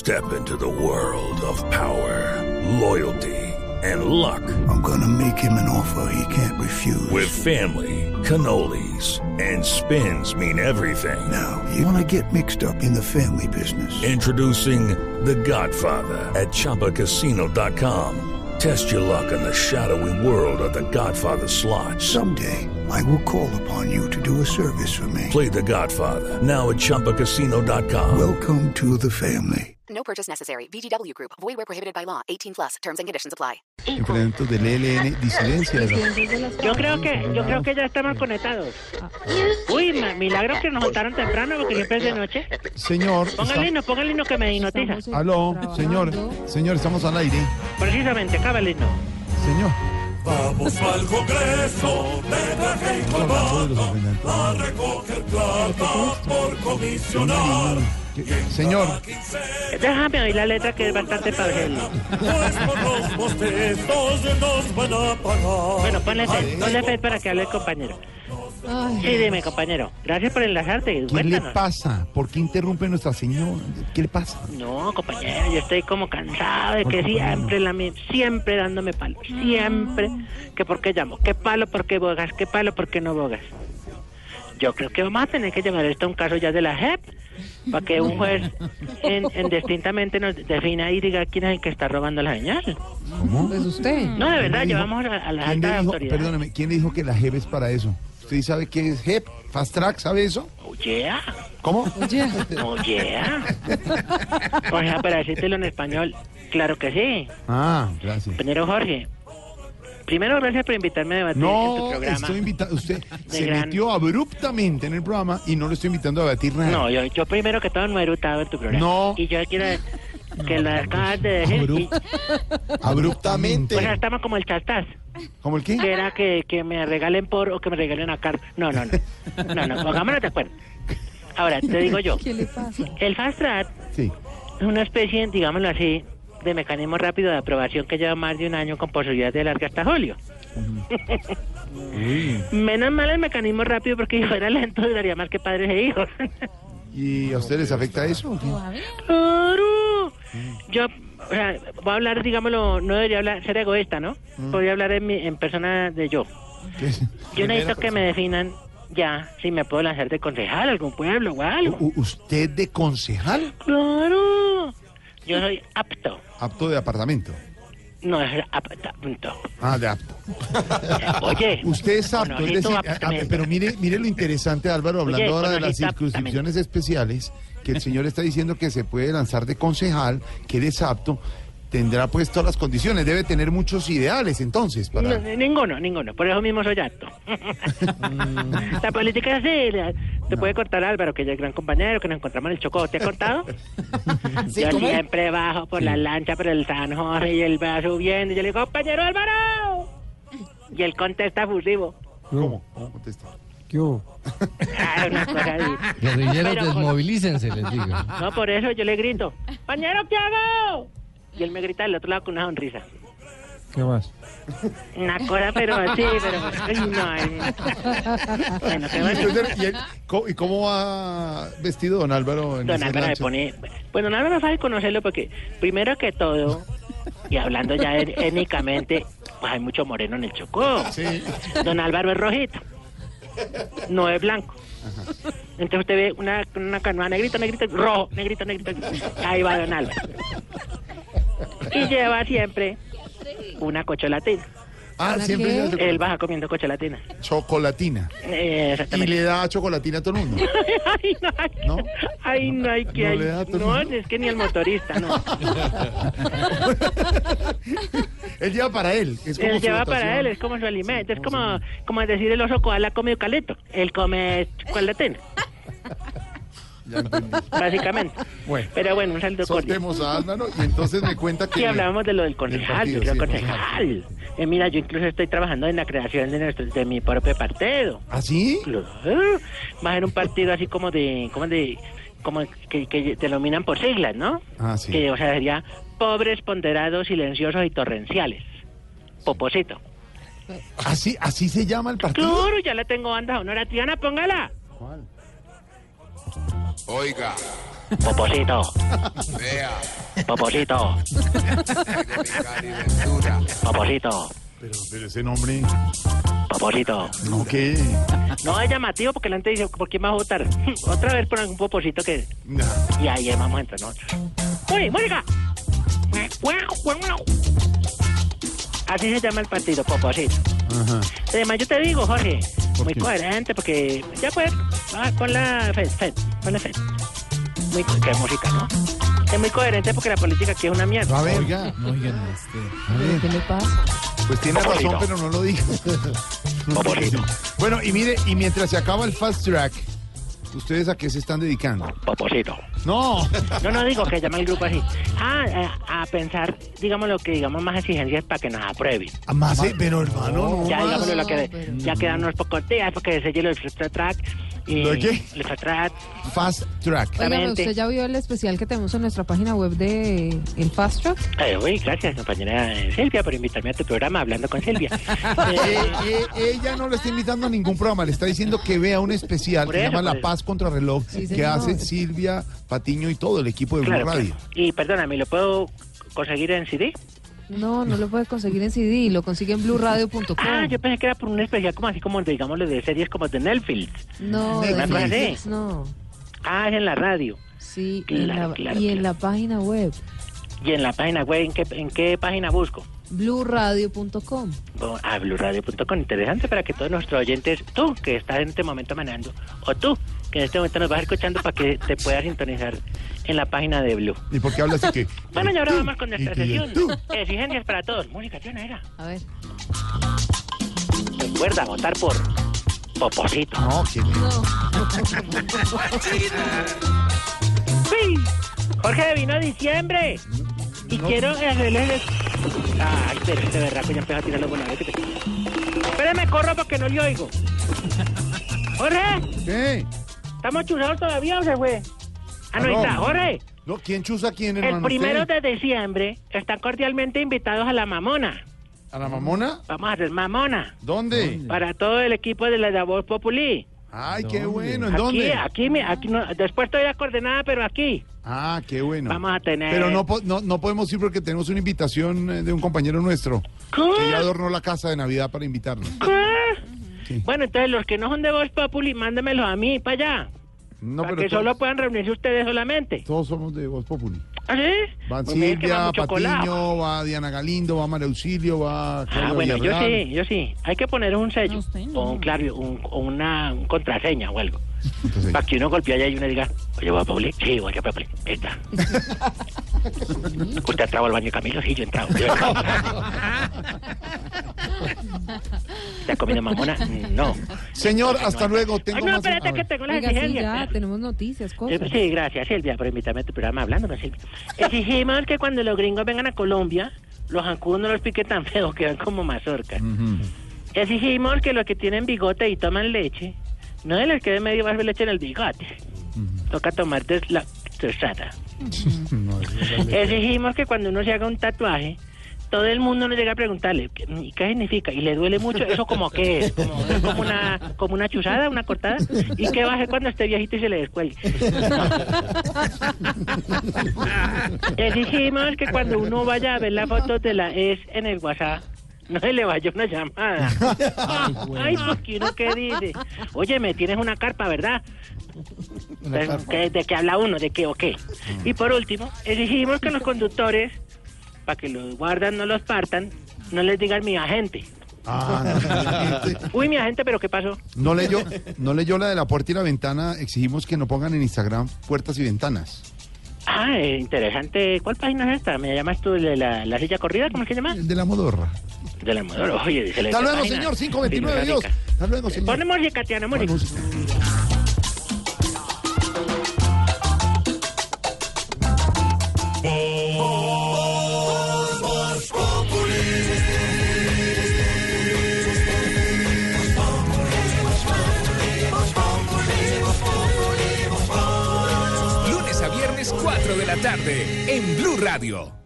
Step into the world of power, loyalty, and luck. I'm gonna make him an offer he can't refuse. With family, cannolis, and spins mean everything. Now, you wanna get mixed up in the family business. Introducing The Godfather at ChumbaCasino.com. Test your luck in the shadowy world of The Godfather slot. Someday, I will call upon you to do a service for me. Play The Godfather now at ChumbaCasino.com. Welcome to the family. No purchase necessary. VGW Group. Void where prohibited by law. 18 plus. Terms and conditions apply. Enfrentamientos del ELN, disidencias. Yo creo que ya estamos conectados. Uy, milagro que nos soltaron temprano porque siempre es de noche. Señor. Póngale el himno que me hipnotiza. Aló, señor, estamos al aire. Precisamente, acaba el himno. Señor. Vamos al Congreso de traje y corbata a recoger plata por comisionar. Señor. Déjame oír la letra que es bastante pausable. Pues por los bostezos nos van a pagar. Bueno, ponle fe para que hable el compañero. Sí, dime, compañero. Gracias por enlazarte. ¿Qué le pasa? ¿Por qué interrumpe nuestra señora? ¿Qué le pasa? No, compañero, yo estoy como cansado de que siempre dándome palo. Siempre. Que por qué llamo. ¿Qué palo? ¿Por qué bogas? ¿Qué palo? ¿Por qué no bogas? Yo creo que vamos a tener que llevar esto a un caso ya de la JEP, para que un juez distintamente nos defina y diga quién es el que está robando la señal. ¿Cómo? Pues usted. No, de verdad, llevamos a la alta autoridad. Perdóneme, ¿quién le dijo que la JEP es para eso? ¿Usted sabe qué es JEP? ¿Fast Track? ¿Sabe eso? Oye. ¿Cómo? Oye. O sea, para decírtelo en español, claro que sí. Ah, gracias. Compañero Jorge. Primero, gracias por invitarme a debatir en tu programa. No, estoy invitando. Usted se metió abruptamente en el programa y no lo estoy invitando a debatir nada. No, yo primero que todo no he erutado en tu programa. No. Y yo quiero que lo acabas de decir. Abruptamente. O sea, estamos como el chastás. ¿Cómo el qué? Que era que me regalen o que me regalen a carta. No, pongámonos de acuerdo. Ahora, te digo yo. ¿Qué le pasa? El Fast Track Sí. es una especie, digámoslo así, de mecanismo rápido de aprobación que lleva más de un año con posibilidad de larga hasta julio. Menos mal el mecanismo rápido porque si fuera lento duraría más que padres e hijos. ¿Y a ustedes les afecta eso? ¡Claro! Yo, o sea, voy a hablar, digámoslo, no debería ser egoísta, ¿no? Podría hablar en persona de yo. Yo necesito que me definan ya si me puedo lanzar de concejal a algún pueblo o algo. ¿Usted de concejal? ¡Claro! Yo soy apto. ¿Apto de apartamento? No, es apto. Ah, de apto. Oye. Usted es apto, es decir, pero mire lo interesante, Álvaro, hablando ahora de las circunscripciones especiales, que el señor está diciendo que se puede lanzar de concejal, que él es apto, tendrá pues todas las condiciones, debe tener muchos ideales entonces para... No, ninguno, por eso mismo soy apto. La política es así, te puede contar Álvaro, que es el gran compañero, que nos encontramos en el Chocó, ¿te ha contado? Sí, yo siempre bajo por la lancha, por el San Jorge, y él va subiendo, y yo le digo, compañero Álvaro, y él contesta fusivo. ¿Cómo contesta? ¿Qué hubo? Una cosa así. Guerrilleros, desmovilícense, les digo. No, por eso yo le grito, compañero, ¿qué hago? Y él me grita del otro lado con una sonrisa. ¿Qué más? Una cosa, pero así, pero... Bueno, qué bueno. ¿Y cómo va vestido don Álvaro? Don Álvaro me pone... Pues don Álvaro sabe conocerlo porque, primero que todo, y hablando ya étnicamente, pues hay mucho moreno en el Chocó. Sí. Don Álvaro es rojito, no es blanco. Ajá. Entonces usted ve una canoa negrito, rojo, negrito. Ahí va don Álvaro. Y lleva siempre una cocholatina. Ah, siempre él baja comiendo cocholatina. Chocolatina. Exactamente. ¿Y le da chocolatina a todo el mundo? ¿No? Ay, no hay que... No, es que ni el motorista, no. Él lleva para él. Él lleva para él, es como su alimento. Es como decir el oso koala come eucalipto. Él come chocolatina. Básicamente. Bueno, pero bueno, un saludo cordial. Soltemos a Álvaro y entonces me cuenta que... Sí, hablábamos de lo del concejal, yo creo concejal. Mira, yo incluso estoy trabajando en la creación de mi propio partido. ¿Ah, sí? Claro. Va a ser un partido así como que denominan por siglas, ¿no? Ah, sí. Que, o sea, sería pobres, ponderados, silenciosos y torrenciales. Poposito. ¿Así se llama el partido? Claro, ya le tengo banda sonora. Triana, póngala. ¿Cuál? Oiga, Poposito. Poposito. Poposito. Pero ese nombre... Poposito. ¿No qué? No es llamativo porque la gente dice, ¿por quién va a votar? Otra vez por algún poposito que... Nah. Y ahí vamos entre nosotros. ¡Uy, música! Así se llama el partido, Poposito. Ajá. Además, yo te digo, Jorge, muy qué? coherente, porque ya pues, con la FED. Muy qué música, ¿no? Es muy coherente porque la política aquí es una mierda. A ver, oiga. ¿Qué le pasa? Pues tiene Poposito. razón, pero no lo dijo. Poposito. Bueno, y mire, y mientras se acaba el Fast Track, ¿ustedes a qué se están dedicando? Poposito. No. No digo que llame el grupo así. A pensar, digamos lo que digamos más exigencias para que nos aprueben. Más, pero hermano, no Ya más. digámoslo lo que pero ya quedan unos pocos días porque se llena el Fast Track. Y ¿Lo de qué? El Fast Track. Fast Track. Oiga, ¿usted ya vio el especial que tenemos en nuestra página web de el Fast Track? Uy, gracias, compañera Silvia, por invitarme a tu programa Hablando con Silvia. Ella no le está invitando a ningún programa, le está diciendo que vea un especial Por que se eso, llama por La eso. Paz contra Reloj, Sí, que señor. hace Silvia Patiño y todo el equipo de Blue Claro, Radio. claro. Y perdóname, ¿lo puedo conseguir en CD? No lo puede conseguir en CD, lo consigue en blueradio.com. Yo pensé que era por un especial como así como, digámoslo, de series como de Netflix. No, de ¿Una cosa así? Netflix no. Es en la radio. Sí, Claro, claro, y en claro. la página web, Y en la página web, ¿en qué página busco? blueradio.com. Blueradio.com, interesante para que todos nuestros oyentes, tú que estás en este momento manejando, o tú que en este momento nos vas escuchando para que te puedas sintonizar en la página de Blue. ¿Y por qué hablas así que? Bueno, y ahora tú, vamos con nuestra y que sesión. tú? Exigencias para todos. Música, ¿qué era? A ver. Recuerda votar por Poposito. No, que No. ¡Sí! Jorge, vino diciembre. Y quiero hacerles... Ay, pero este berraco ya empezó a tirar los voladores. Espérame, corro porque no le oigo. Jorge, ¿Qué? ¿estamos chuzados todavía o se fue? No No. está. Jorge, No, ¿quién chuza a quién, hermano? el 1 ¿Usted? de diciembre están cordialmente invitados a la Mamona. ¿A la mamona? Vamos a hacer Mamona. ¿Dónde? Para todo el equipo de la Voz Populi. Ay, qué bueno. ¿En Aquí, dónde? aquí no, después estoy la coordenada, pero aquí. Ah, qué bueno. Vamos a tener... Pero no podemos ir porque tenemos una invitación de un compañero nuestro ¿Qué? que ya adornó la casa de Navidad para invitarnos. ¿Qué? Sí. Bueno, entonces los que no son de Voz Populi, mándemelos a mí para allá. No, para pero que solo puedan reunirse ustedes solamente. todos somos de Voz Populi. ¿Ah, sí? Van Pues mire que va Silvia, mucho colado. Patiño, va Diana Galindo, va María Auxilio, va Claudia Bueno, Villarreal. yo sí. Hay que poner un sello. No, usted no. O un claro, o una contraseña o algo. Entonces, Para que uno golpee allá y uno diga, oye, ¿voy a Populi? Sí, voy a Populi. Ahí está. ¿Usted ha entrado al baño de Camilo? Sí, yo he entrado. ¿Te ha comido mamona? No. señor, hasta luego. Tengo Ay, no, más... espérate a que ver. tengo las Oiga, sí, exigencias. ya, tenemos noticias, cosas. Sí, gracias Silvia por invitarme a tu programa Hablando con Silvia. Exigimos que cuando los gringos vengan a Colombia, los zancudos no los pique tan feo, quedan como mazorcas. Exigimos que los que tienen bigote y toman leche, no se les quede medio vaso de leche en el bigote. Toca tomar la tostada. Exigimos que cuando uno se haga un tatuaje, todo el mundo nos llega a preguntarle, ¿y qué significa? ¿Y le duele mucho? ¿Eso como qué es? ¿Como una chuzada, una cortada? ¿Y qué va a hacer cuando esté viejito y se le descuelgue? Exigimos que cuando uno vaya a ver la foto de la ex en el WhatsApp, no se le vaya una llamada. Ay, porque uno qué dice. Oye, me tienes una carpa, ¿verdad? ¿De qué habla uno? ¿De qué o qué? Y por último, exigimos que los conductores, para que los guardas no los partan, no les digan mi agente. Uy, mi agente, ¿pero qué pasó? No leyó la de la puerta y la ventana. Exigimos que no pongan en Instagram puertas y ventanas. Interesante. ¿Cuál página es esta? ¿Me llamas tú de la silla corrida? ¿Cómo se llama? El de la modorra. De la modelo. Oye, dice la Hasta luego, página. señor. 529, Sí, Dios. Hasta luego, señor. Ponle música, Tiana, música. Lunes a viernes 4 de la tarde en Blue Radio.